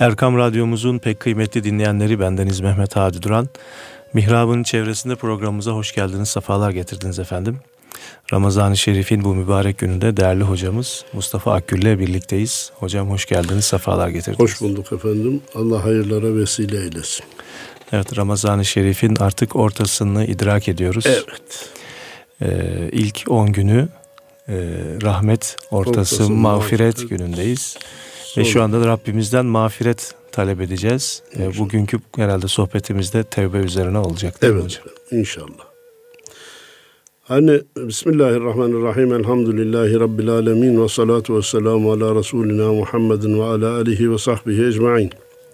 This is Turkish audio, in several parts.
Erkam Radyomuzun pek kıymetli dinleyenleri, bendeniz Mehmet Hadi Duran. Mihrab'ın çevresinde programımıza hoş geldiniz, sefalar getirdiniz efendim. Ramazan-ı Şerif'in bu mübarek gününde değerli hocamız Mustafa Akgül ile birlikteyiz. Hocam hoş geldiniz, sefalar getirdiniz. Hoş bulduk efendim. Allah hayırlara vesile eylesin. Evet, Ramazan-ı Şerif'in artık ortasını idrak ediyoruz. Evet. İlk 10 günü rahmet, ortası mağfiret günündeyiz. Ve şu anda da Rabbimizden mağfiret talep edeceğiz. Bugünkü herhalde sohbetimizde tevbe üzerine olacak değil mi hocam? Evet, inşallah. Hani Bismillahirrahmanirrahim. Elhamdülillahi Rabbil alemin. Ve salatu ve selamu ala Resulina Muhammedin ve ala alihi ve sahbihi ecmain.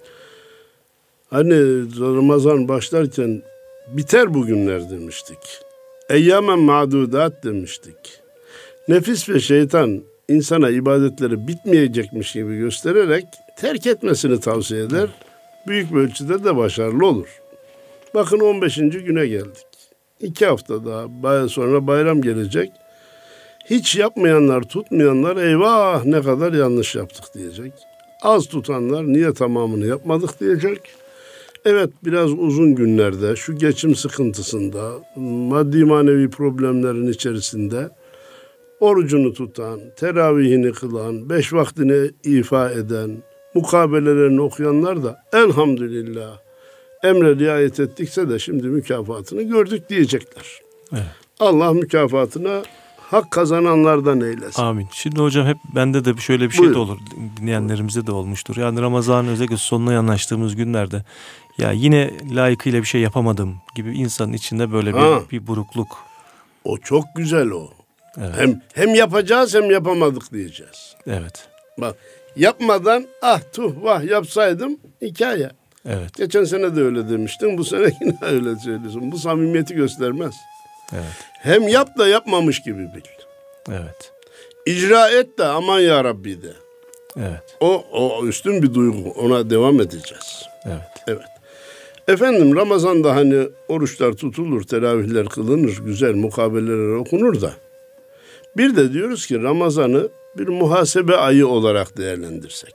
Hani Ramazan başlarken biter bugünler demiştik. Eyyamen ma'dudat demiştik. Nefis ve şeytan insana ibadetleri bitmeyecekmiş gibi göstererek terk etmesini tavsiye eder. Büyük bir ölçüde de başarılı olur. Bakın 15. güne geldik. 2 hafta daha sonra bayram gelecek. Hiç yapmayanlar, tutmayanlar eyvah ne kadar yanlış yaptık diyecek. Az tutanlar niye tamamını yapmadık diyecek. Evet, biraz uzun günlerde, şu geçim sıkıntısında, maddi manevi problemlerin içerisinde orucunu tutan, teravihini kılan, 5 vaktini ifa eden, mukabelelerini okuyanlar da elhamdülillah emre riayet ettikse de şimdi mükafatını gördük diyecekler. Evet. Allah mükafatına hak kazananlardan eylesin. Amin. Şimdi hocam hep bende de şöyle bir şey de olur. Dinleyenlerimize de olmuştur. Yani Ramazan'ın özellikle sonuna yanaştığımız günlerde ya yine layıkıyla bir şey yapamadım gibi insanın içinde böyle bir burukluk. O çok güzel o. Evet. Hem yapacağız hem yapamadık diyeceğiz. Evet. Bak, yapmadan vah yapsaydım hikaye. Evet. Geçen sene de öyle demiştin. Bu sene yine öyle söylüyorsun. Bu samimiyeti göstermez. Evet. Hem yap da yapmamış gibi bil. Evet. İcra et de aman ya Rabbi de. Evet. O üstün bir duygu. Ona devam edeceğiz. Evet. Efendim Ramazan'da hani oruçlar tutulur, teravihler kılınır, güzel mukabeleler okunur da. Bir de diyoruz ki Ramazan'ı bir muhasebe ayı olarak değerlendirsek.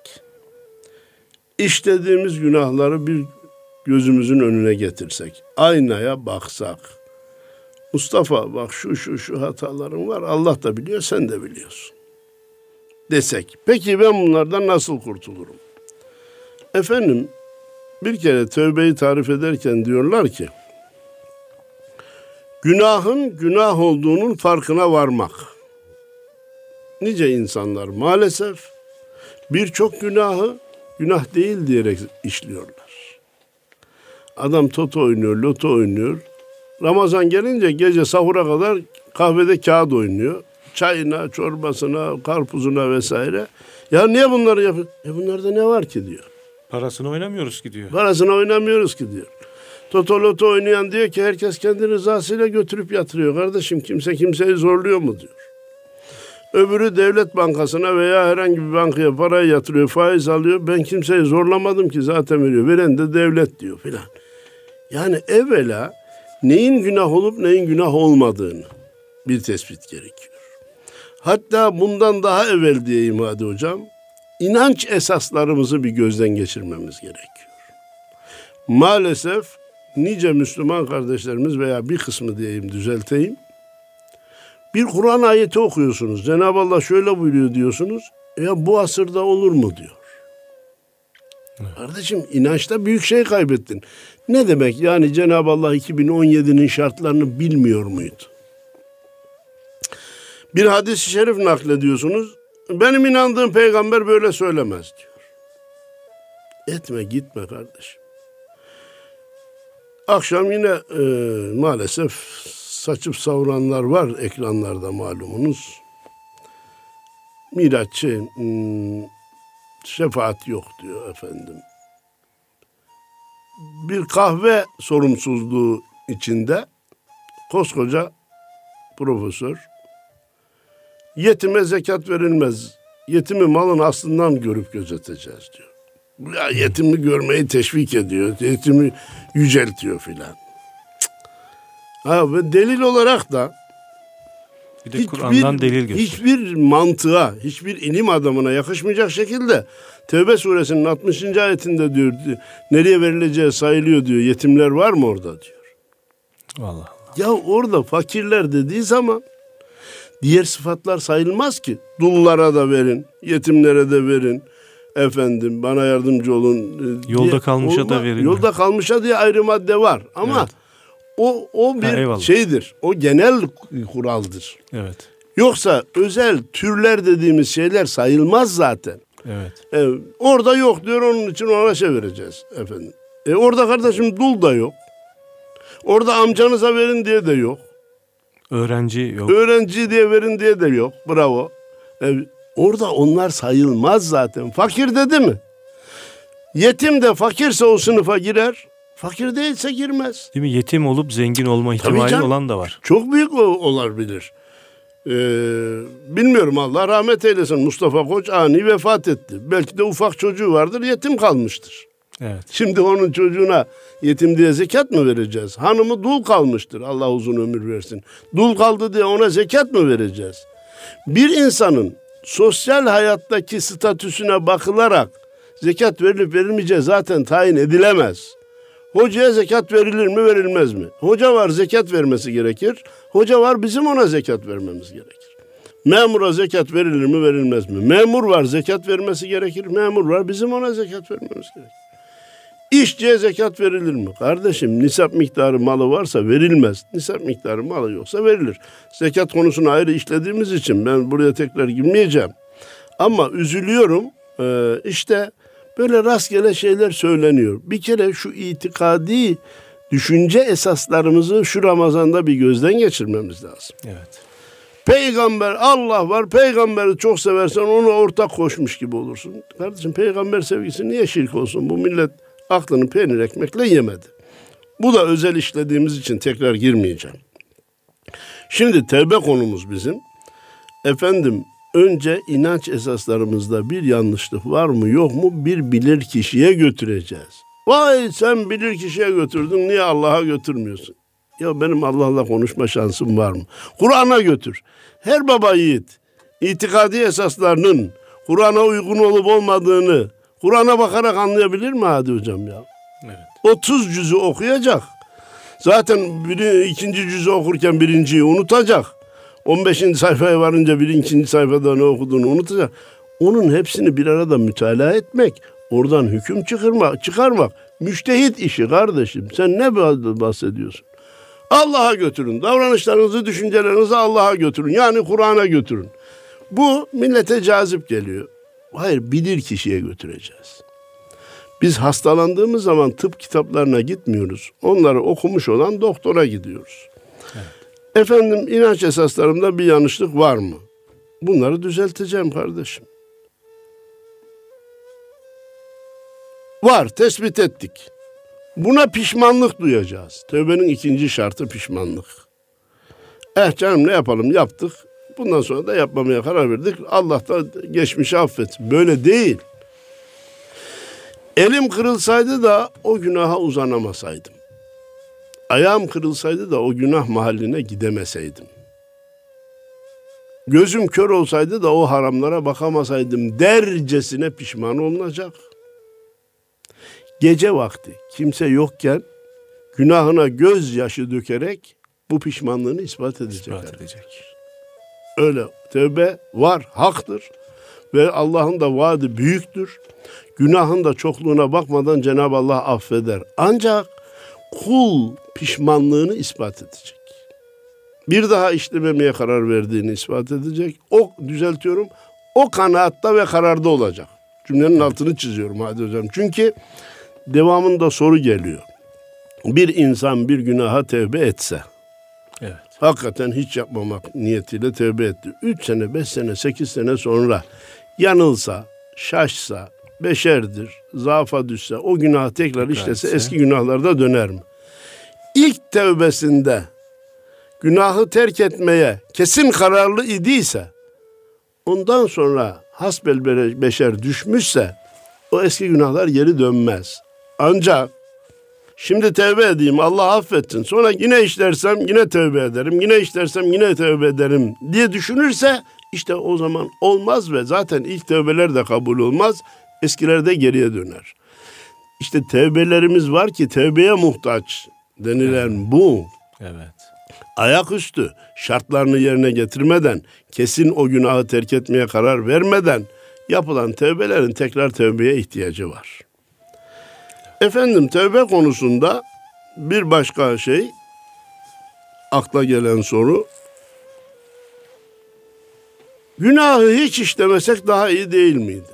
İşlediğimiz günahları bir gözümüzün önüne getirsek. Aynaya baksak. Mustafa bak şu hatalarım var. Allah da biliyor, sen de biliyorsun. Desek. Peki ben bunlardan nasıl kurtulurum? Efendim bir kere tövbeyi tarif ederken diyorlar ki günahın günah olduğunun farkına varmak. Nice insanlar maalesef birçok günahı günah değil diyerek işliyorlar. Adam toto oynuyor, loto oynuyor. Ramazan gelince gece sahura kadar kahvede kağıt oynuyor. Çayına, çorbasına, karpuzuna vesaire. Ya niye bunları yapıyor? Bunlarda ne var ki diyor. Parasını oynamıyoruz ki diyor. Parasını oynamıyoruz ki diyor. Toto loto oynayan diyor ki herkes kendi rızasıyla götürüp yatırıyor. Kardeşim kimse kimseyi zorluyor mu diyor. Öbürü devlet bankasına veya herhangi bir bankaya parayı yatırıyor, faiz alıyor. Ben kimseyi zorlamadım ki zaten veriyor. Veren de devlet diyor filan. Yani evvela neyin günah olup neyin günah olmadığını bir tespit gerekiyor. Hatta bundan daha evvel diyeyim hadi hocam. İnanç esaslarımızı bir gözden geçirmemiz gerekiyor. Maalesef nice Müslüman kardeşlerimiz veya bir kısmı diyeyim düzelteyim. Bir Kur'an ayeti okuyorsunuz. Cenab-ı Allah şöyle buyuruyor diyorsunuz. Ya bu asırda olur mu diyor. Evet. Kardeşim inançta büyük şey kaybettin. Ne demek yani Cenab-ı Allah 2017'nin şartlarını bilmiyor muydu? Bir hadis-i şerif naklediyorsunuz. Benim inandığım peygamber böyle söylemez diyor. Etme gitme kardeşim. Akşam yine maalesef saçıp savuranlar var ekranlarda malumunuz. Miraççı şefaat yok diyor efendim. Bir kahve sorumsuzluğu içinde koskoca profesör yetime zekat verilmez. Yetimi malın aslından görüp gözeteceğiz diyor. Ya yetimi görmeyi teşvik ediyor. Yetimi yüceltiyor filan. Ve delil olarak da Bir de Kur'an'dan delil göster. Hiçbir mantığa, hiçbir ilim adamına yakışmayacak şekilde Tevbe suresinin 60. ayetinde diyor, nereye verileceği sayılıyor diyor. Yetimler var mı orada diyor. Vallahi. Ya orada fakirler dediği zaman diğer sıfatlar sayılmaz ki. Dullara da verin, yetimlere de verin. Efendim bana yardımcı olun. Yolda kalmışa da verin. Yolda kalmışa diye ayrı madde var. Ama evet, o bir şeydir. O genel kuraldır. Evet. Yoksa özel türler dediğimiz şeyler sayılmaz zaten. Evet. Orada yok diyor, onun için ona şey vereceğiz efendim. Orada kardeşim dul da yok. Orada amcanıza verin diye de yok. Öğrenci yok. Öğrenci diye verin diye de yok. Bravo. Orada onlar sayılmaz zaten. Fakir dedi mi? Yetim de fakirse o sınıfa girer. Fakir değilse girmez. Değil mi? Yetim olup zengin olma ihtimali olan da var. Çok büyük olabilir. Bilmiyorum, Allah rahmet eylesin. Mustafa Koç ani vefat etti. Belki de ufak çocuğu vardır, yetim kalmıştır. Evet. Şimdi onun çocuğuna yetim diye zekat mı vereceğiz? Hanımı dul kalmıştır. Allah uzun ömür versin. Dul kaldı diye ona zekat mı vereceğiz? Bir insanın sosyal hayattaki statüsüne bakılarak zekat verilip verilmeyeceği zaten tayin edilemez. Hocaya zekat verilir mi, verilmez mi? Hoca var, zekat vermesi gerekir. Hoca var, bizim ona zekat vermemiz gerekir. Memura zekat verilir mi, verilmez mi? Memur var, zekat vermesi gerekir. Memur var, bizim ona zekat vermemiz gerekir. İşçiye zekat verilir mi? Kardeşim, nisap miktarı malı varsa verilmez. Nisap miktarı malı yoksa verilir. Zekat konusunu ayrı işlediğimiz için ben buraya tekrar girmeyeceğim. Ama üzülüyorum. İşte böyle rastgele şeyler söyleniyor. Bir kere şu itikadi düşünce esaslarımızı şu Ramazan'da bir gözden geçirmemiz lazım. Evet. Peygamber, Allah var, peygamberi çok seversen ona ortak koşmuş gibi olursun. Kardeşim, peygamber sevgisi niye şirk olsun? Bu millet aklını peynir ekmekle yemedi. Bu da özel işlediğimiz için tekrar girmeyeceğim. Şimdi tevbe konumuz bizim. Efendim, önce inanç esaslarımızda bir yanlışlık var mı yok mu bir bilir kişiye götüreceğiz. Vay, sen bilir kişiye götürdün, niye Allah'a götürmüyorsun? Ya benim Allah'la konuşma şansım var mı? Kur'an'a götür. Her baba yiğit itikadi esaslarının Kur'an'a uygun olup olmadığını Kur'an'a bakarak anlayabilir mi Hadi hocam ya? Evet. 30 cüzü okuyacak. Zaten ikinci cüzü okurken birinciyi unutacak. 15. sayfaya varınca ikinci sayfada ne okuduğunu unutacak. Onun hepsini bir arada mütalaa etmek, oradan hüküm çıkarmak müştehit işi kardeşim. Sen ne bahsediyorsun? Allah'a götürün. Davranışlarınızı, düşüncelerinizi Allah'a götürün. Yani Kur'an'a götürün. Bu millete cazip geliyor. Hayır, bilir kişiye götüreceğiz. Biz hastalandığımız zaman tıp kitaplarına gitmiyoruz. Onları okumuş olan doktora gidiyoruz. Evet. Efendim, inanç esaslarımda bir yanlışlık var mı? Bunları düzelteceğim kardeşim. Var, tespit ettik. Buna pişmanlık duyacağız. Tövbenin ikinci şartı pişmanlık. Canım ne yapalım, yaptık. Bundan sonra da yapmamaya karar verdik. Allah da geçmişi affetsin. Böyle değil. Elim kırılsaydı da o günaha uzanamasaydım. Ayağım kırılsaydı da o günah mahalline gidemeseydim. Gözüm kör olsaydı da o haramlara bakamasaydım dercesine pişman olunacak. Gece vakti kimse yokken günahına gözyaşı dökerek bu pişmanlığını ispat edecek. Öyle tövbe var, haktır ve Allah'ın da vaadi büyüktür. Günahın da çokluğuna bakmadan Cenab-ı Allah affeder. Ancak kul pişmanlığını ispat edecek. Bir daha işlememeye karar verdiğini ispat edecek. O kanaatta ve kararda olacak. Cümlenin altını çiziyorum Hadi hocam. Çünkü devamında soru geliyor. Bir insan bir günaha tevbe etse, evet, hakikaten hiç yapmamak niyetiyle tevbe etti. 3 sene, 5 sene, 8 sene sonra yanılsa, şaşsa, beşerdir, zaafa düşse, o günah tekrar işlese eski günahlarda döner mi? İlk tevbesinde günahı terk etmeye kesin kararlı idiyse, ondan sonra hasbel beşer düşmüşse o eski günahlar geri dönmez. Ancak Şimdi tevbe edeyim, Allah affetsin. Sonra yine işlersem yine tevbe ederim, yine işlersem yine tevbe ederim diye düşünürse işte o zaman olmaz ve zaten ilk tevbeler de kabul olmaz. Eskilerde geriye döner. İşte tevbelerimiz var ki tevbeye muhtaç denilen bu. Evet. Ayaküstü şartlarını yerine getirmeden, kesin o günahı terk etmeye karar vermeden yapılan tevbelerin tekrar tevbeye ihtiyacı var. Efendim tevbe konusunda bir başka şey, akla gelen soru, günahı hiç işlemesek daha iyi değil miydi?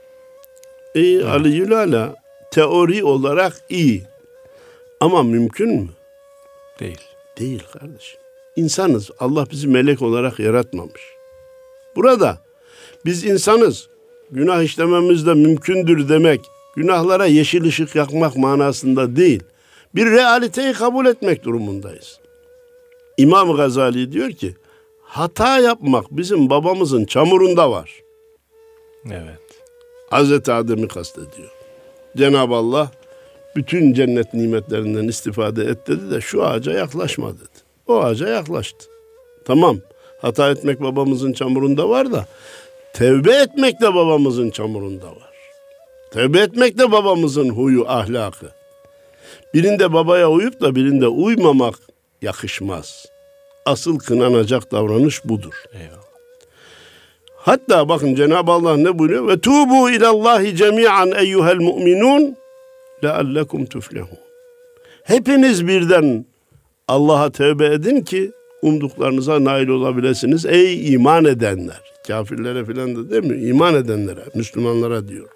Aliyülala teori olarak iyi ama mümkün mü? Değil. Değil kardeşim. İnsanız. Allah bizi melek olarak yaratmamış. Burada biz insanız. Günah işlememiz de mümkündür demek, günahlara yeşil ışık yakmak manasında değil. Bir realiteyi kabul etmek durumundayız. İmam Gazali diyor ki, hata yapmak bizim babamızın çamurunda var. Evet. Hazreti Adem'i kastediyor. Cenab-ı Allah bütün cennet nimetlerinden istifade et dedi de şu ağaca yaklaşma dedi. O ağaca yaklaştı. Tamam, hata etmek babamızın çamurunda var da tevbe etmek de babamızın çamurunda var. Tevbe etmek de babamızın huyu, ahlakı. Birinde babaya uyup da birinde uymamak yakışmaz. Asıl kınanacak davranış budur. Eyvallah. Hatta bakın Cenab-ı Allah ne buyuruyor? Ve tubu ilallahi cemi'an eyyuhel mu'minun leallekum tuflihun. Hepiniz birden Allah'a tevbe edin ki umduklarınıza nail olabilirsiniz. Ey iman edenler. Kafirlere filan da değil mi? İman edenlere, Müslümanlara diyor.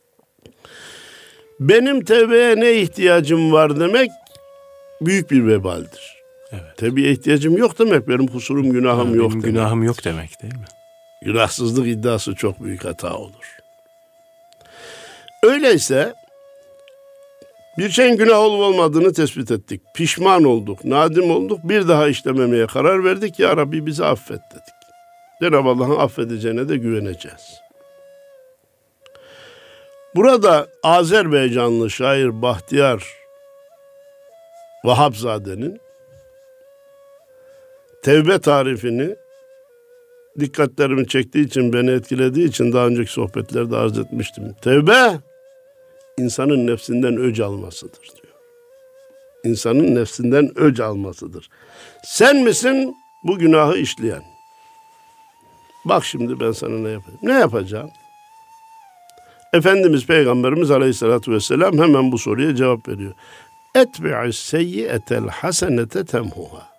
Benim tevbeye ne ihtiyacım var demek büyük bir vebaldir. Evet. Tevbeye ihtiyacım yok demek, benim kusurum, günahım yok benim demek. günahım yok demek değil mi? Günahsızlık iddiası çok büyük hata olur. Öyleyse bir şeyin günah olup olmadığını tespit ettik. Pişman olduk, nadim olduk. Bir daha işlememeye karar verdik. Ya Rabbi bizi affet dedik. Cenab-ı Allah'ın affedeceğine de güveneceğiz. Burada Azerbaycanlı şair Bahtiyar Vahapzade'nin tevbe tarifini dikkatlerimi çektiği için, beni etkilediği için daha önceki sohbetlerde arz etmiştim. Tevbe, insanın nefsinden öc almasıdır diyor. İnsanın nefsinden öc almasıdır. Sen misin bu günahı işleyen? Bak şimdi ben sana ne yapayım? Ne yapacağım? Efendimiz Peygamberimiz Aleyhisselatü Vesselam hemen bu soruya cevap veriyor. Etbi'is seyyiyetel hasenete temhuha.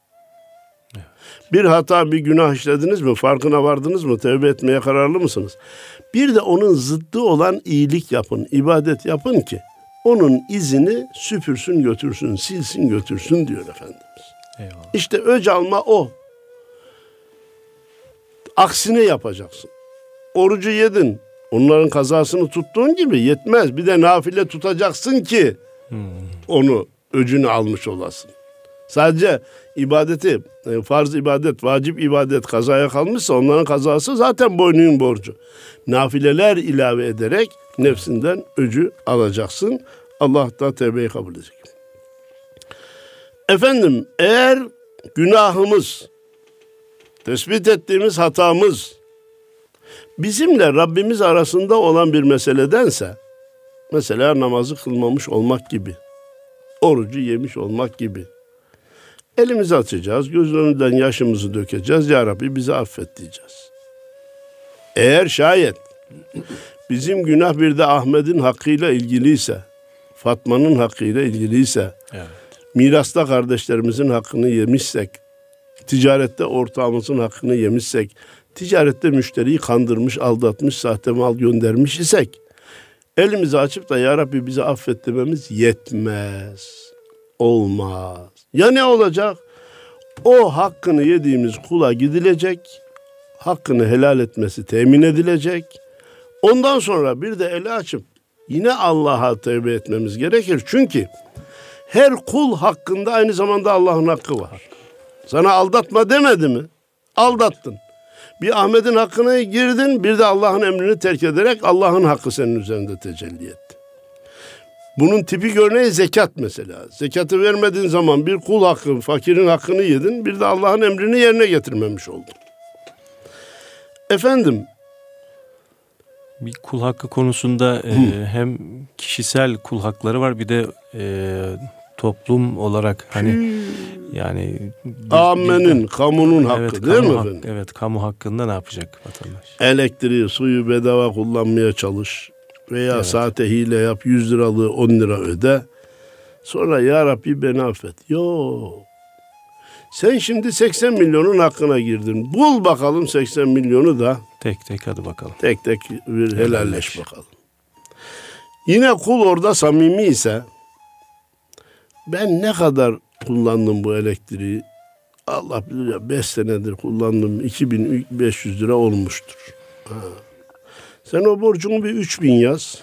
Bir hata, bir günah işlediniz mi? Farkına vardınız mı? Tevbe etmeye kararlı mısınız? Bir de onun zıddı olan iyilik yapın, ibadet yapın ki onun izini süpürsün götürsün, silsin götürsün diyor Efendimiz. Eyvallah. İşte öc alma o. Aksine yapacaksın. Orucu yedin. Onların kazasını tuttuğun gibi yetmez. Bir de nafile tutacaksın ki onu, öcünü almış olasın. Sadece ibadeti, farz ibadet, vacip ibadet kazaya kalmışsa onların kazası zaten boynunun borcu. Nafileler ilave ederek nefsinden öcü alacaksın. Allah da tevbeyi kabul edecek. Efendim, eğer günahımız, tespit ettiğimiz hatamız bizimle Rabbimiz arasında olan bir meseledense, mesela namazı kılmamış olmak gibi, orucu yemiş olmak gibi, elimizi açacağız, gözlerimizden yaşımızı dökeceğiz. Ya Rabbi bizi affet diyeceğiz. Eğer şayet bizim günah bir de Ahmet'in hakkıyla ilgiliyse, Fatma'nın hakkıyla ilgiliyse, Evet. mirasta kardeşlerimizin hakkını yemişsek, ticarette ortağımızın hakkını yemişsek, ticarette müşteriyi kandırmış, aldatmış, sahte mal göndermiş isek, elimizi açıp da Ya Rabbi bizi affet dememiz yetmez. Olmaz. Ya ne olacak? O hakkını yediğimiz kula gidilecek, hakkını helal etmesi temin edilecek. Ondan sonra bir de eli açıp yine Allah'a tevbe etmemiz gerekir. Çünkü her kul hakkında aynı zamanda Allah'ın hakkı var. Sana aldatma demedi mi? Aldattın. Bir Ahmet'in hakkına girdin, bir de Allah'ın emrini terk ederek Allah'ın hakkı senin üzerinde tecelli etti. Bunun tipik örneği zekat mesela. Zekatı vermediğin zaman bir kul hakkı, fakirin hakkını yedin, bir de Allah'ın emrini yerine getirmemiş oldun. Efendim, bir kul hakkı konusunda hem kişisel kul hakları var, bir de toplum olarak hani yani amenin, kamunun hakkı, evet, değil mi hakkı, efendim? evet, kamu hakkında ne yapacak vatandaş? Elektriği, suyu bedava kullanmaya çalış veya Evet. saate hile yap, 100 liralığı 10 lira öde. Sonra ya Rabbi beni affet. Yok. Sen şimdi 80 milyonun hakkına girdin. Bul bakalım 80 milyonu da Tek tek hadi bakalım. tek tek bir helalleş bakalım. Yine kul orada samimi ise, ben ne kadar kullandım bu elektriği? Allah bilir ya, 5 senedir kullandım, 2500 lira olmuştur. Ha. Sen o borcunu bir 3000 yaz.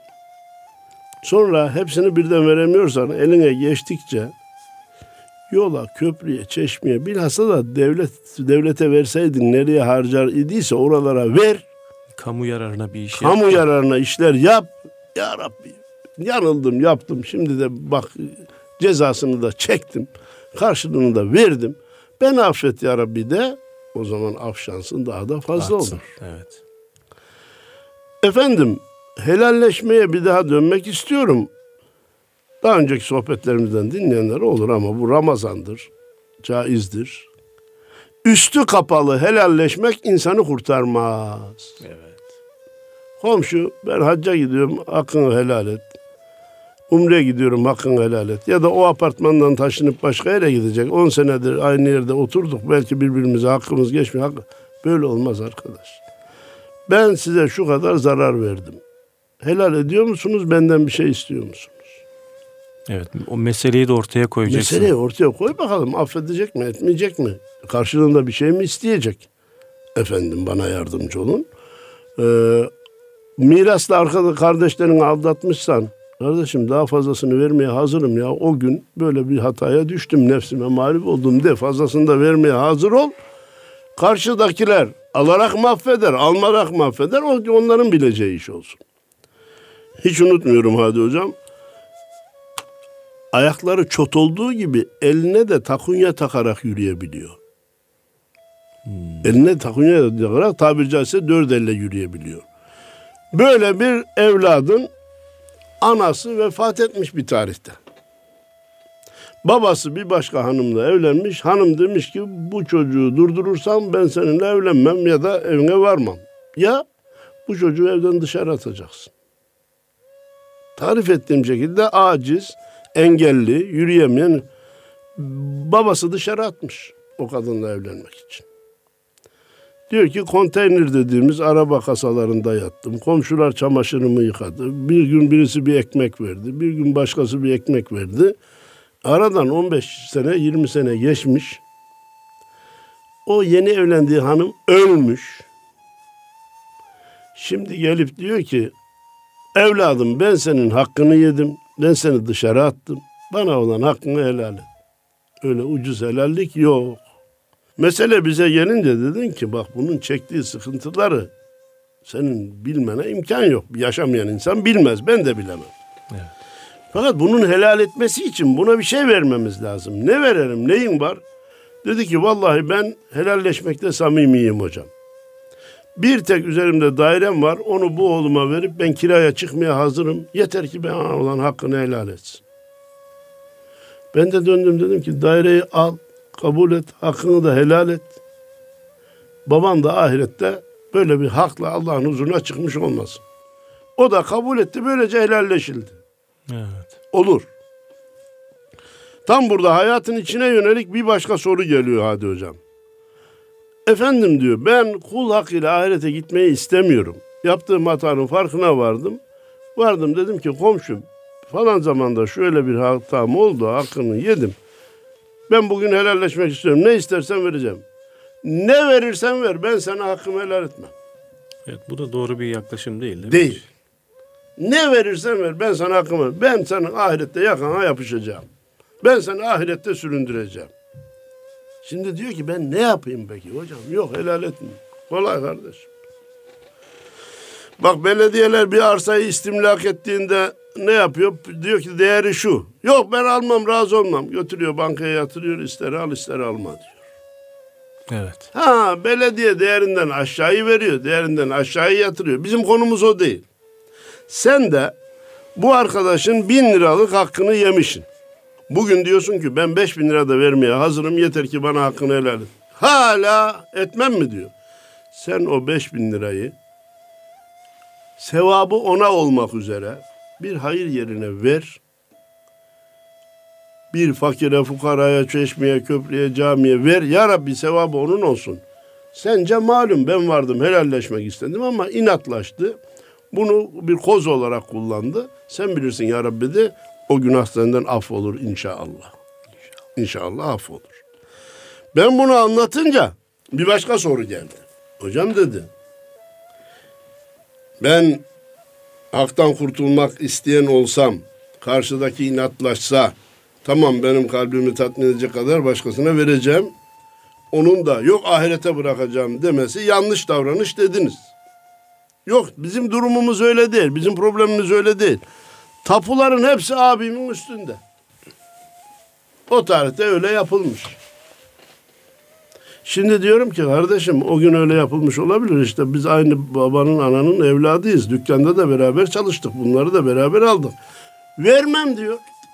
Sonra hepsini birden veremiyorsan eline geçtikçe yola, köprüye, çeşmeye, bilhassa da devlete verseydin nereye harcar idiyse oralara ver. Kamu yararına bir iş Kamu yap. yararına işler yap. Ya Rabbi, yanıldım, yaptım. Şimdi de bak cezasını da çektim. Karşılığını da verdim. Beni affet ya Rabbi de, o zaman af şansın daha da fazla Artsın. olur. Evet. Efendim, helalleşmeye bir daha dönmek istiyorum. Daha önceki sohbetlerimizden dinleyenler olur ama bu Ramazan'dır, caizdir. Üstü kapalı helalleşmek insanı kurtarmaz. Evet. Komşu, ben hacca gidiyorum, hakkını helal et. Umre'ye gidiyorum, hakkını helal et. Ya da o apartmandan taşınıp başka yere gidecek. 10 senedir aynı yerde oturduk, belki birbirimize hakkımız geçmiyor. Böyle olmaz arkadaş. Ben size şu kadar zarar verdim. Helal ediyor musunuz? Benden bir şey istiyor musunuz? Evet, o meseleyi de ortaya koyacaksın. Meseleyi ortaya koy bakalım. Affedecek mi, etmeyecek mi? Karşılığında bir şey mi isteyecek? Efendim, bana yardımcı olun. Mirasla arkada kardeşlerini aldatmışsan, kardeşim daha fazlasını vermeye hazırım ya. O gün böyle bir hataya düştüm, nefsime mağlup oldum de, fazlasını da vermeye hazır ol. Karşıdakiler alarak mı affeder, almarak mı affeder, onların bileceği iş olsun. Hiç unutmuyorum Hadi Hocam. Ayakları çot olduğu gibi eline de takunya takarak yürüyebiliyor. Eline takunya takarak, tabiri caizse 4 elle yürüyebiliyor. Böyle bir evladın anası vefat etmiş bir tarihte. Babası bir başka hanımla evlenmiş. Hanım demiş ki bu çocuğu durdurursam ben seninle evlenmem ya da evine varmam. Ya bu çocuğu evden dışarı atacaksın. Tarif ettiğim şekilde aciz, engelli, yürüyemeyen babası dışarı atmış o kadınla evlenmek için. Diyor ki konteyner dediğimiz araba kasalarında yattım. Komşular çamaşırımı yıkadı. Bir gün birisi bir ekmek verdi. Bir gün başkası bir ekmek verdi. Aradan 15 sene, 20 sene geçmiş. O yeni evlendiği hanım ölmüş. Şimdi gelip diyor ki evladım ben senin hakkını yedim. Ben seni dışarı attım. Bana olan hakkını helal et. Öyle ucuz helallik yok. Mesele bize gelince dedin ki bak bunun çektiği sıkıntıları senin bilmene imkan yok. Yaşamayan insan bilmez. Ben de bilemem. Evet. Fakat bunun helal etmesi için buna bir şey vermemiz lazım. Ne verelim? Neyin var? Dedi ki vallahi ben helalleşmekte samimiyim hocam. Bir tek üzerimde dairem var. Onu bu oğluma verip ben kiraya çıkmaya hazırım. Yeter ki bana olan hakkını helal etsin. Ben de döndüm dedim ki daireyi al, kabul et, hakkını da helal et. Baban da ahirette böyle bir hakla Allah'ın huzuruna çıkmış olmasın. O da kabul etti, böylece helalleşildi. Evet. Olur. Tam burada hayatın içine yönelik bir başka soru geliyor Hadi Hocam. Efendim diyor ben kul hakkıyla ahirete gitmeyi istemiyorum. Yaptığım hatanın farkına vardım. Vardım dedim ki komşum falan zamanda şöyle bir hatam oldu, hakkını yedim. Ben bugün helalleşmek istiyorum. Ne istersen vereceğim. Ne verirsen ver, ben sana hakkımı helal etmem. Evet, bu da doğru bir yaklaşım değil mi? Değil. Ne verirsen ver, ben sana hakkımı, ben senin ahirette yakana yapışacağım. Ben seni ahirette süründüreceğim. Şimdi diyor ki ben ne yapayım peki hocam? Yok helal etmeyeyim. Kolay kardeşim. Bak belediyeler bir arsayı istimlak ettiğinde ne yapıyor? Diyor ki değeri şu. Yok ben almam, razı olmam. Götürüyor bankaya yatırıyor, ister al ister alma diyor. Evet. Belediye değerinden aşağıyı veriyor, değerinden aşağıyı yatırıyor. Bizim konumuz o değil. Sen de bu arkadaşın 1000 liralık hakkını yemişsin. Bugün diyorsun ki ben 5000 lira da vermeye hazırım, yeter ki bana hakkını helal et. Hala etmem mi diyor. Sen o 5000 lirayı sevabı ona olmak üzere bir hayır yerine ver. Bir fakire, fukaraya, çeşmeye, köprüye, camiye ver. Ya Rabbi sevabı onun olsun. Sence malum ben vardım, helalleşmek istedim ama inatlaştı. Bunu bir koz olarak kullandı. Sen bilirsin ya Rabbi de o günah senden affolur inşallah. İnşallah affolur. Ben bunu anlatınca bir başka soru geldi. Hocam dedi, ben haktan kurtulmak isteyen olsam, karşıdaki inatlaşsa, tamam benim kalbimi tatmin edecek kadar başkasına vereceğim. Onun da yok ahirete bırakacağım demesi yanlış davranış dediniz. Yok bizim durumumuz öyle değil. Bizim problemimiz öyle değil. Tapuların hepsi abimin üstünde. O tarihte öyle yapılmış. Şimdi diyorum ki kardeşim o gün öyle yapılmış olabilir. İşte biz aynı babanın ananın evladıyız. Dükkanda da beraber çalıştık. Bunları da beraber aldık. Vermem diyor.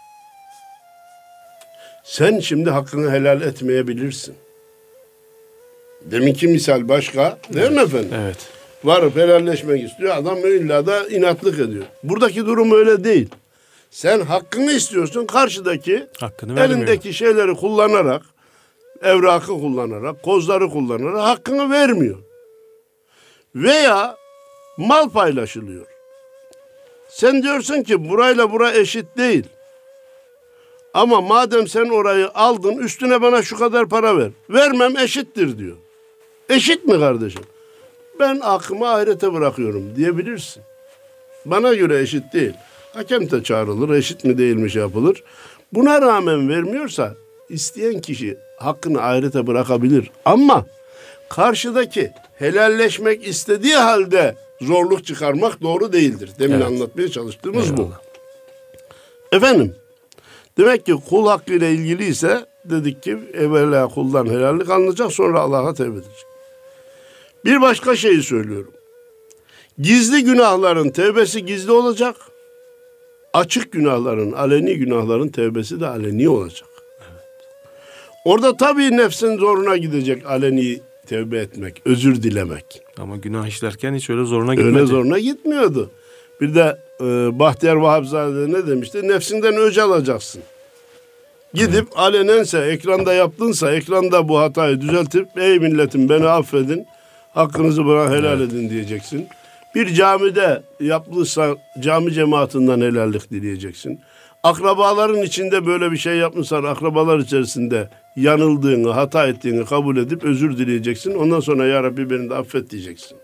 Sen şimdi hakkını helal etmeyebilirsin. Deminki misal başka değil mi efendim? Evet. Varıp helalleşmek istiyor. Adam illa da inatlık ediyor. Buradaki durum öyle değil. Sen hakkını istiyorsun. Karşıdaki Hakkını elindeki şeyleri kullanarak, evrakı kullanarak, kozları kullanarak hakkını vermiyor. Veya mal paylaşılıyor. Sen diyorsun ki burayla bura eşit değil. Ama madem sen orayı aldın üstüne bana şu kadar para ver. Vermem eşittir diyor. Eşit mi kardeşim? Ben hakkımı ahirete bırakıyorum diyebilirsin. Bana göre eşit değil. Hakem de çağrılır, eşit mi değil mi yapılır. Buna rağmen vermiyorsa isteyen kişi hakkını ahirete bırakabilir. Ama karşıdaki helalleşmek istediği halde zorluk çıkarmak doğru değildir. Demin anlatmaya çalıştığımız bu. Efendim, demek ki kul hakkıyla ilgili ise dedik ki evvela kuldan helallik alınacak, sonra Allah'a tevbe edecek. Bir başka şeyi söylüyorum. Gizli günahların tevbesi gizli olacak. Açık günahların, aleni günahların tevbesi de aleni olacak. Evet. Orada tabii nefsin zoruna gidecek aleni tevbe etmek, özür dilemek. Ama günah işlerken hiç öyle zoruna gitmedi. Öyle zoruna gitmiyordu. Bir de Bahtiyar Vahapzade ne demişti? Nefsinden öc alacaksın. Gidip alenense, ekranda yaptınsa, ekranda bu hatayı düzeltip ey milletim beni affedin, hakkınızı bana helal edin diyeceksin. Bir camide yapılırsa cami cemaatinden helallik dileyeceksin. Akrabaların içinde böyle bir şey yapmışsan akrabalar içerisinde yanıldığını, hata ettiğini kabul edip özür dileyeceksin. Ondan sonra ya Rabbi beni de affet diyeceksin.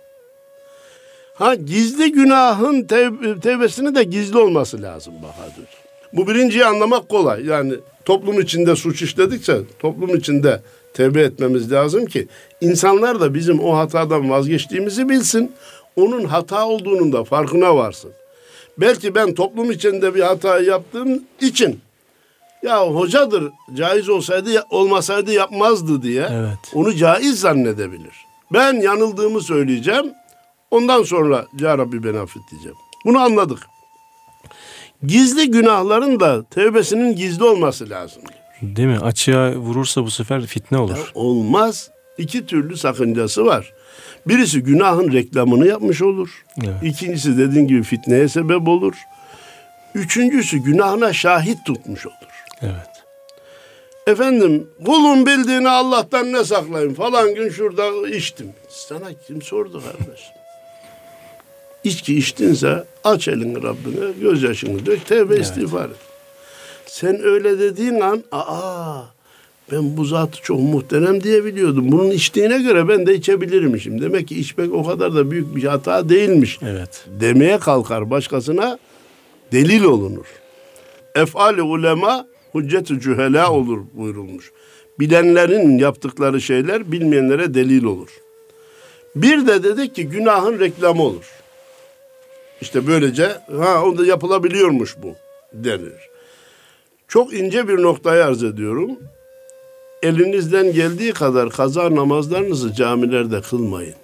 Gizli günahın tevbesini de gizli olması lazım Bahadır. Bu birinciyi anlamak kolay. Yani toplum içinde suç işledikçe toplum içinde tevbe etmemiz lazım ki insanlar da bizim o hatadan vazgeçtiğimizi bilsin. Onun hata olduğunun da farkına varsın. Belki ben toplum içinde bir hata yaptığım için ya hocadır caiz olsaydı olmasaydı yapmazdı diye onu caiz zannedebilir. Ben yanıldığımı söyleyeceğim. Ondan sonra ya Rabbi beni affet diyeceğim. Bunu anladık. Gizli günahların da tevbesinin gizli olması lazım. Değil mi? Açığa vurursa bu sefer fitne olur. Ya olmaz. İki türlü sakıncası var. Birisi günahın reklamını yapmış olur. Evet. İkincisi dediğin gibi fitneye sebep olur. Üçüncüsü günahına şahit tutmuş olur. Evet. Efendim kulun bildiğini Allah'tan ne saklayayım falan gün şurada içtim. Sana kim sordu kardeş? İçki içtinse aç elini Rabbine, gözyaşını dök, tevbe istiğfar et. Sen öyle dediğin an ben bu zatı çok muhterem diye biliyordum. Bunun içtiğine göre ben de içebilirmişim. Demek ki içmek o kadar da büyük bir hata değilmiş. Evet. Demeye kalkar başkasına delil olunur. Ef'al-i ulema hüccet-i cühela olur buyurulmuş. Bilenlerin yaptıkları şeyler bilmeyenlere delil olur. Bir de dedik ki günahın reklamı olur. İşte böylece o da yapılabiliyormuş bu denir. Çok ince bir noktayı arz ediyorum. Elinizden geldiği kadar kaza namazlarınızı camilerde kılmayın.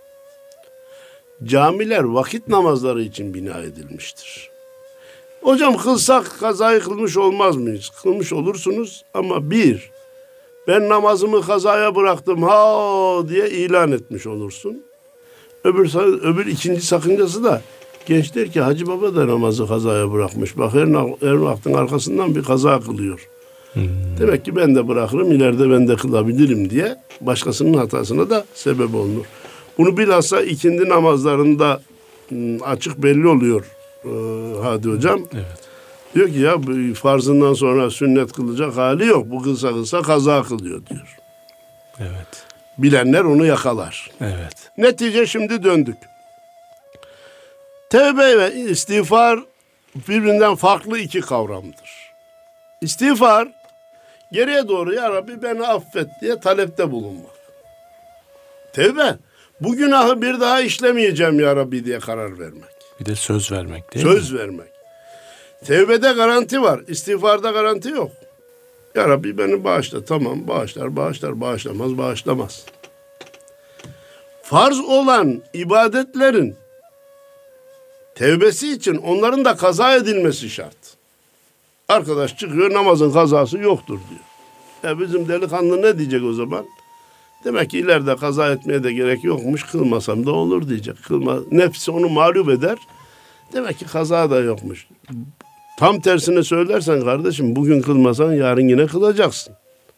Camiler vakit namazları için bina edilmiştir. Hocam kılsak kazayı kılmış olmaz mıyız? Kılmış olursunuz ama ben namazımı kazaya bıraktım diye ilan etmiş olursun. Öbür ikinci sakıncası da genç der ki Hacı Baba da namazı kazaya bırakmış. Bak her vaktin arkasından bir kaza kılıyor. Demek ki ben de bırakırım, ileride ben de kılabilirim diye başkasının hatasına da sebep olunur. Bunu bilhassa ikindi namazlarında açık belli oluyor Hadi Hocam. Evet. Diyor ki ya farzından sonra sünnet kılacak hali yok. Bu kılsa kaza kılıyor diyor. Evet. Bilenler onu yakalar. Evet. Netice şimdi döndük. Tevbe ve istiğfar birbirinden farklı iki kavramdır. İstiğfar geriye doğru ya Rabbi beni affet diye talepte bulunmak. Tevbe bu günahı bir daha işlemeyeceğim ya Rabbi diye karar vermek. Bir de söz vermek değil mi? Söz vermek. Tevbede garanti var. İstiğfarda garanti yok. Ya Rabbi beni bağışla. Tamam bağışlar. Bağışlamaz. Farz olan ibadetlerin tevbesi için onların da kaza edilmesi şart. Arkadaş çıkıyor namazın kazası yoktur diyor. Bizim delikanlı ne diyecek o zaman? Demek ki ileride kaza etmeye de gerek yokmuş. Kılmasam da olur diyecek. Nefsi onu mağlup eder. Demek ki kaza da yokmuş. Tam tersine söylersen kardeşim bugün kılmasan yarın yine kılacaksın.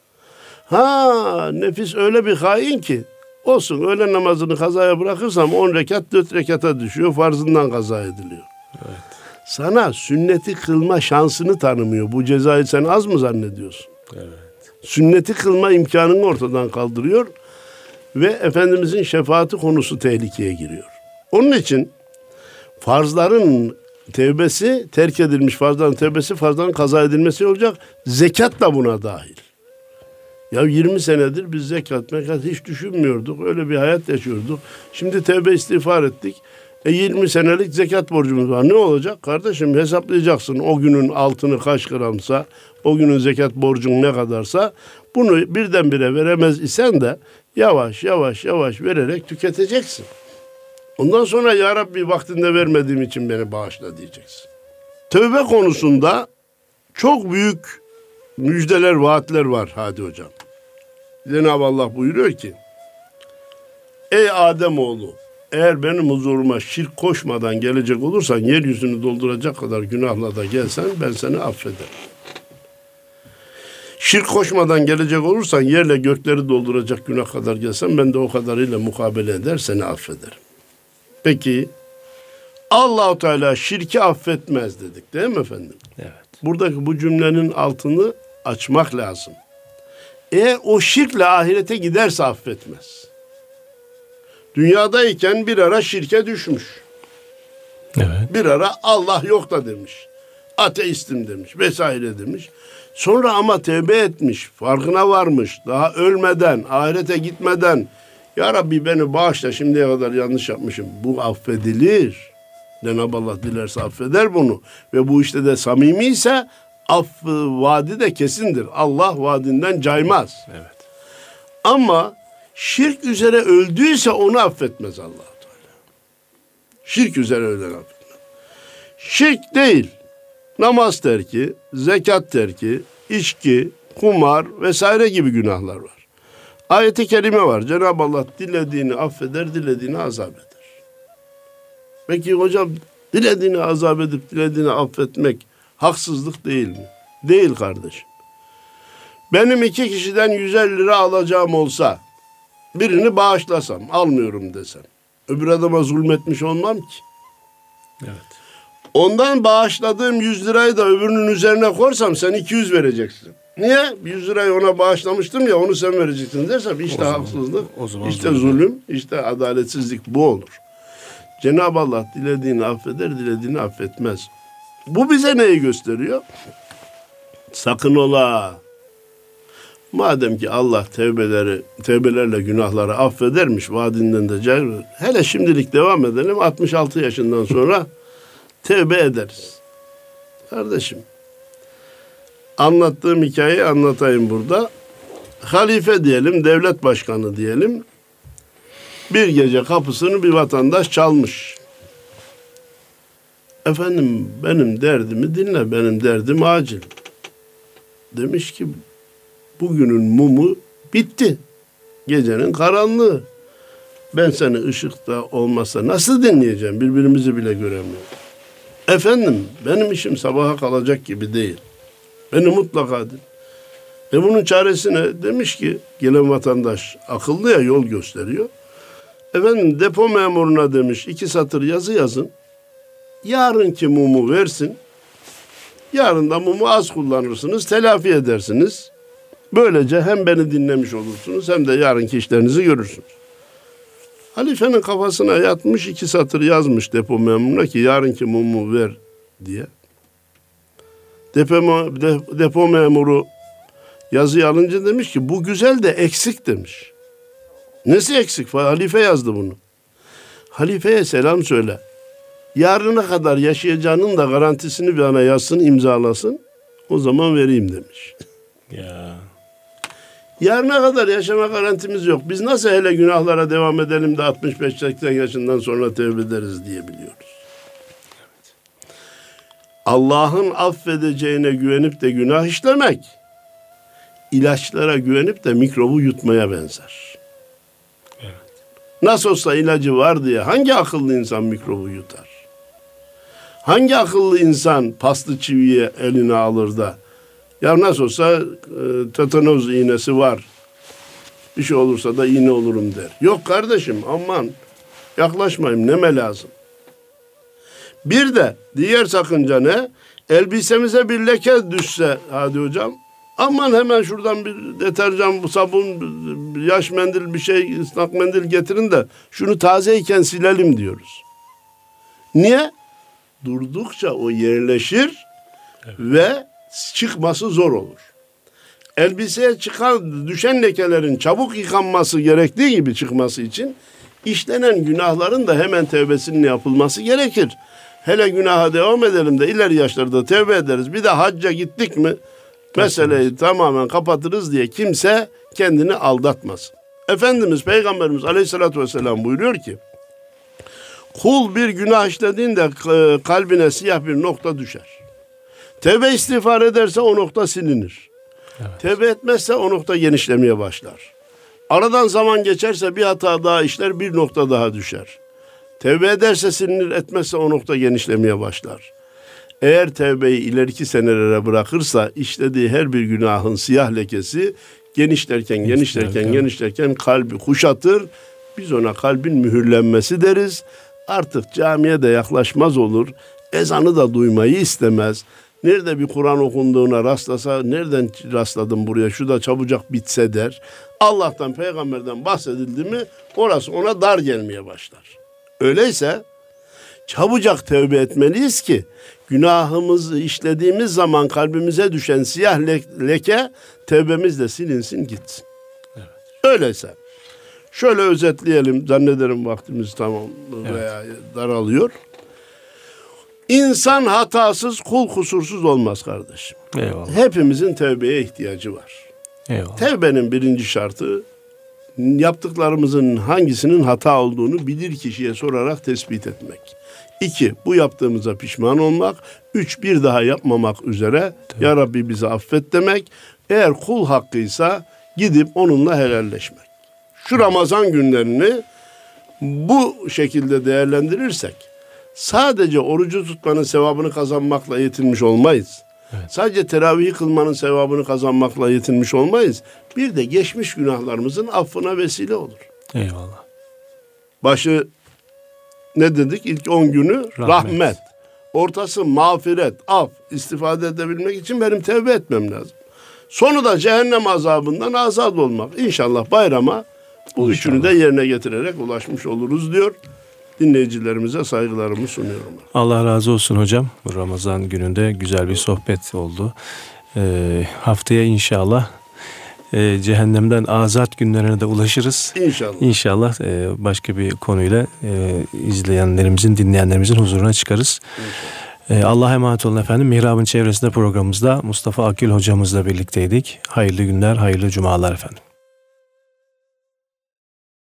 Nefis öyle bir hain ki olsun öğle namazını kazaya bırakırsam 10 rekat 4 rekata düşüyor. Farzından kaza ediliyor. Evet. Sana sünneti kılma şansını tanımıyor. Bu cezayı sen az mı zannediyorsun? Evet. Sünneti kılma imkanını ortadan kaldırıyor ve Efendimizin şefaati konusu tehlikeye giriyor. Onun için farzların tevbesi, terk edilmiş farzların tevbesi, farzların kaza edilmesi olacak. Zekat da buna dahil. Ya 20 senedir biz zekat hiç düşünmüyorduk. Öyle bir hayat yaşıyorduk. Şimdi tevbe istiğfar ettik. 20 senelik zekat borcumuz var. Ne olacak? Kardeşim hesaplayacaksın o günün altını kaç gramsa, o günün zekat borcun ne kadarsa bunu birdenbire veremez isen de yavaş vererek tüketeceksin. Ondan sonra ya Rabbi vaktinde vermediğim için beni bağışla diyeceksin. Tövbe konusunda çok büyük müjdeler, vaatler var Hadi Hocam. Cenab-ı Allah buyuruyor ki ey Ademoğlu eğer benim huzuruma şirk koşmadan gelecek olursan yeryüzünü dolduracak kadar günahla da gelsen ben seni affederim. Şirk koşmadan gelecek olursan yerle gökleri dolduracak günah kadar gelsen ben de o kadarıyla mukabele eder seni affederim. Peki Allah-u Teala şirki affetmez dedik değil mi efendim? Evet. Buradaki bu cümlenin altını açmak lazım. Eğer o şirkle ahirete giderse affetmez. Dünyadayken bir ara şirke düşmüş. Evet. Bir ara Allah yok da demiş. Ateistim demiş vesaire demiş. Sonra ama tevbe etmiş, farkına varmış. Daha ölmeden, ahirete gitmeden ya Rabbi beni bağışla şimdiye kadar yanlış yapmışım. Bu affedilir. Cenab-ı Allah dilerse affeder bunu. Ve bu işte de samimi ise vaadi de kesindir. Allah vaadinden caymaz. Evet. Ama şirk üzere öldüyse onu affetmez Allah-u Teala. Şirk üzere ölen affetmez. Şirk değil. Namaz terki, zekat terki, içki, kumar vesaire gibi günahlar var. Ayet-i kerime var. Cenab-ı Allah dilediğini affeder, dilediğini azap eder. Peki hocam dilediğini azap edip dilediğini affetmek haksızlık değil mi? Değil kardeşim. Benim 2 kişiden 150 lira alacağım olsa birini bağışlasam, almıyorum desem. Öbür adama zulmetmiş olmam ki. Evet. Ondan bağışladığım 100 lirayı da öbürünün üzerine korsam sen 200 vereceksin. Niye? 100 lirayı ona bağışlamıştım ya onu sen vereceksin dersem işte haksızlık, işte zulüm, işte adaletsizlik bu olur. Cenab-ı Allah dilediğini affeder, dilediğini affetmez. Bu bize neyi gösteriyor? Sakın ola. Madem ki Allah tevbelerle günahları affedermiş, vaadinden de hele şimdilik devam edelim. 66 yaşından sonra tevbe ederiz. Kardeşim, anlattığım hikayeyi anlatayım burada. Halife diyelim, devlet başkanı diyelim. Bir gece kapısını bir vatandaş çalmış. Efendim, benim derdimi dinle, benim derdim acil. Demiş ki, bugünün mumu bitti. Gecenin karanlığı. Ben seni ışıkta olmasa nasıl dinleyeceğim? Birbirimizi bile göremiyoruz. Efendim, benim işim sabaha kalacak gibi değil. Beni mutlaka din. Bunun çaresi ne? Demiş ki, gelen vatandaş akıllı ya, yol gösteriyor. Efendim, depo memuruna demiş, 2 satır yazı yazın. Yarınki mumu versin. Yarın da mumu az kullanırsınız, telafi edersiniz. Böylece hem beni dinlemiş olursunuz hem de yarınki işlerinizi görürsünüz. Halifenin kafasına yatmış, 2 satır yazmış depo memuruna ki yarınki mumu ver diye. Depo memuru yazıyı alınca demiş ki bu güzel de eksik demiş. Nesi eksik? Halife yazdı bunu. Halifeye selam söyle. Yarına kadar yaşayacağının da garantisini bana yazsın, imzalasın. O zaman vereyim demiş. Ya. Yarına kadar yaşama garantimiz yok. Biz nasıl hele günahlara devam edelim de 65-80 yaşından sonra tevbe ederiz diye biliyoruz. Evet. Allah'ın affedeceğine güvenip de günah işlemek, ilaçlara güvenip de mikrobu yutmaya benzer. Evet. Nasıl olsa ilacı var diye hangi akıllı insan mikrobu yutar? Hangi akıllı insan paslı çiviye eline alır da ya nasıl olsa tetanoz iğnesi var, bir şey olursa da iğne olurum der. Yok kardeşim, aman yaklaşmayayım, neme lazım. Bir de diğer sakınca ne? Elbisemize bir leke düşse hadi hocam, aman hemen şuradan bir deterjan, sabun, yaş mendil, bir şey, ıslak mendil getirin de şunu tazeyken silelim diyoruz. Niye? Durdukça o yerleşir, evet, ve çıkması zor olur. Elbiseye düşen lekelerin çabuk yıkanması gerektiği gibi çıkması için işlenen günahların da hemen tevbesinin yapılması gerekir. Hele günaha devam edelim de ileri yaşlarda tevbe ederiz. Bir de hacca gittik mi meseleyi tamamen kapatırız diye kimse kendini aldatmasın. Efendimiz Peygamberimiz Aleyhisselatü Vesselam buyuruyor ki, kul bir günah işlediğinde kalbine siyah bir nokta düşer. Tevbe istiğfar ederse o nokta silinir. Evet. Tevbe etmezse o nokta genişlemeye başlar. Aradan zaman geçerse bir hata daha işler, bir nokta daha düşer. Tevbe ederse silinir, etmezse o nokta genişlemeye başlar. Eğer tevbeyi ileriki senelere bırakırsa işlediği her bir günahın siyah lekesi genişlerken kalbi kuşatır. Biz ona kalbin mühürlenmesi deriz. Artık camiye de yaklaşmaz olur. Ezanı da duymayı istemez. Nerede bir Kur'an okunduğuna rastlasa, nereden rastladım buraya, şu da çabucak bitse der. Allah'tan, peygamberden bahsedildi mi orası ona dar gelmeye başlar. Öyleyse çabucak tevbe etmeliyiz ki günahımızı işlediğimiz zaman kalbimize düşen siyah leke tevbemizle silinsin gitsin. Evet. Öyleyse şöyle özetleyelim, zannederim vaktimiz tamam veya daralıyor. İnsan hatasız, kul kusursuz olmaz kardeşim. Eyvallah. Hepimizin tevbeye ihtiyacı var. Eyvallah. Tevbenin birinci şartı, yaptıklarımızın hangisinin hata olduğunu bilir kişiye sorarak tespit etmek. 2, bu yaptığımıza pişman olmak. 3, bir daha yapmamak üzere tabii, ya Rabbi bizi affet demek. Eğer kul hakkıysa gidip onunla helalleşmek. Şu Ramazan günlerini bu şekilde değerlendirirsek sadece orucu tutmanın sevabını kazanmakla yetinmiş olmayız. Evet. Sadece teravih kılmanın sevabını kazanmakla yetinmiş olmayız. Bir de geçmiş günahlarımızın affına vesile olur. Eyvallah. Başı ne dedik? İlk 10 günü rahmet. Ortası mağfiret, af, istifade edebilmek için benim tevbe etmem lazım. Sonu da cehennem azabından azad olmak. İnşallah bayrama bu üçünü de yerine getirerek ulaşmış oluruz diyor. Dinleyicilerimize saygılarımı sunuyorum. Allah razı olsun hocam. Bu Ramazan gününde güzel bir sohbet oldu. Haftaya inşallah cehennemden azat günlerine de ulaşırız. İnşallah. İnşallah başka bir konuyla izleyenlerimizin, dinleyenlerimizin huzuruna çıkarız. Allah'a emanet olun efendim. Mihrab'ın çevresinde programımızda Mustafa Akil hocamızla birlikteydik. Hayırlı günler, hayırlı cumalar efendim.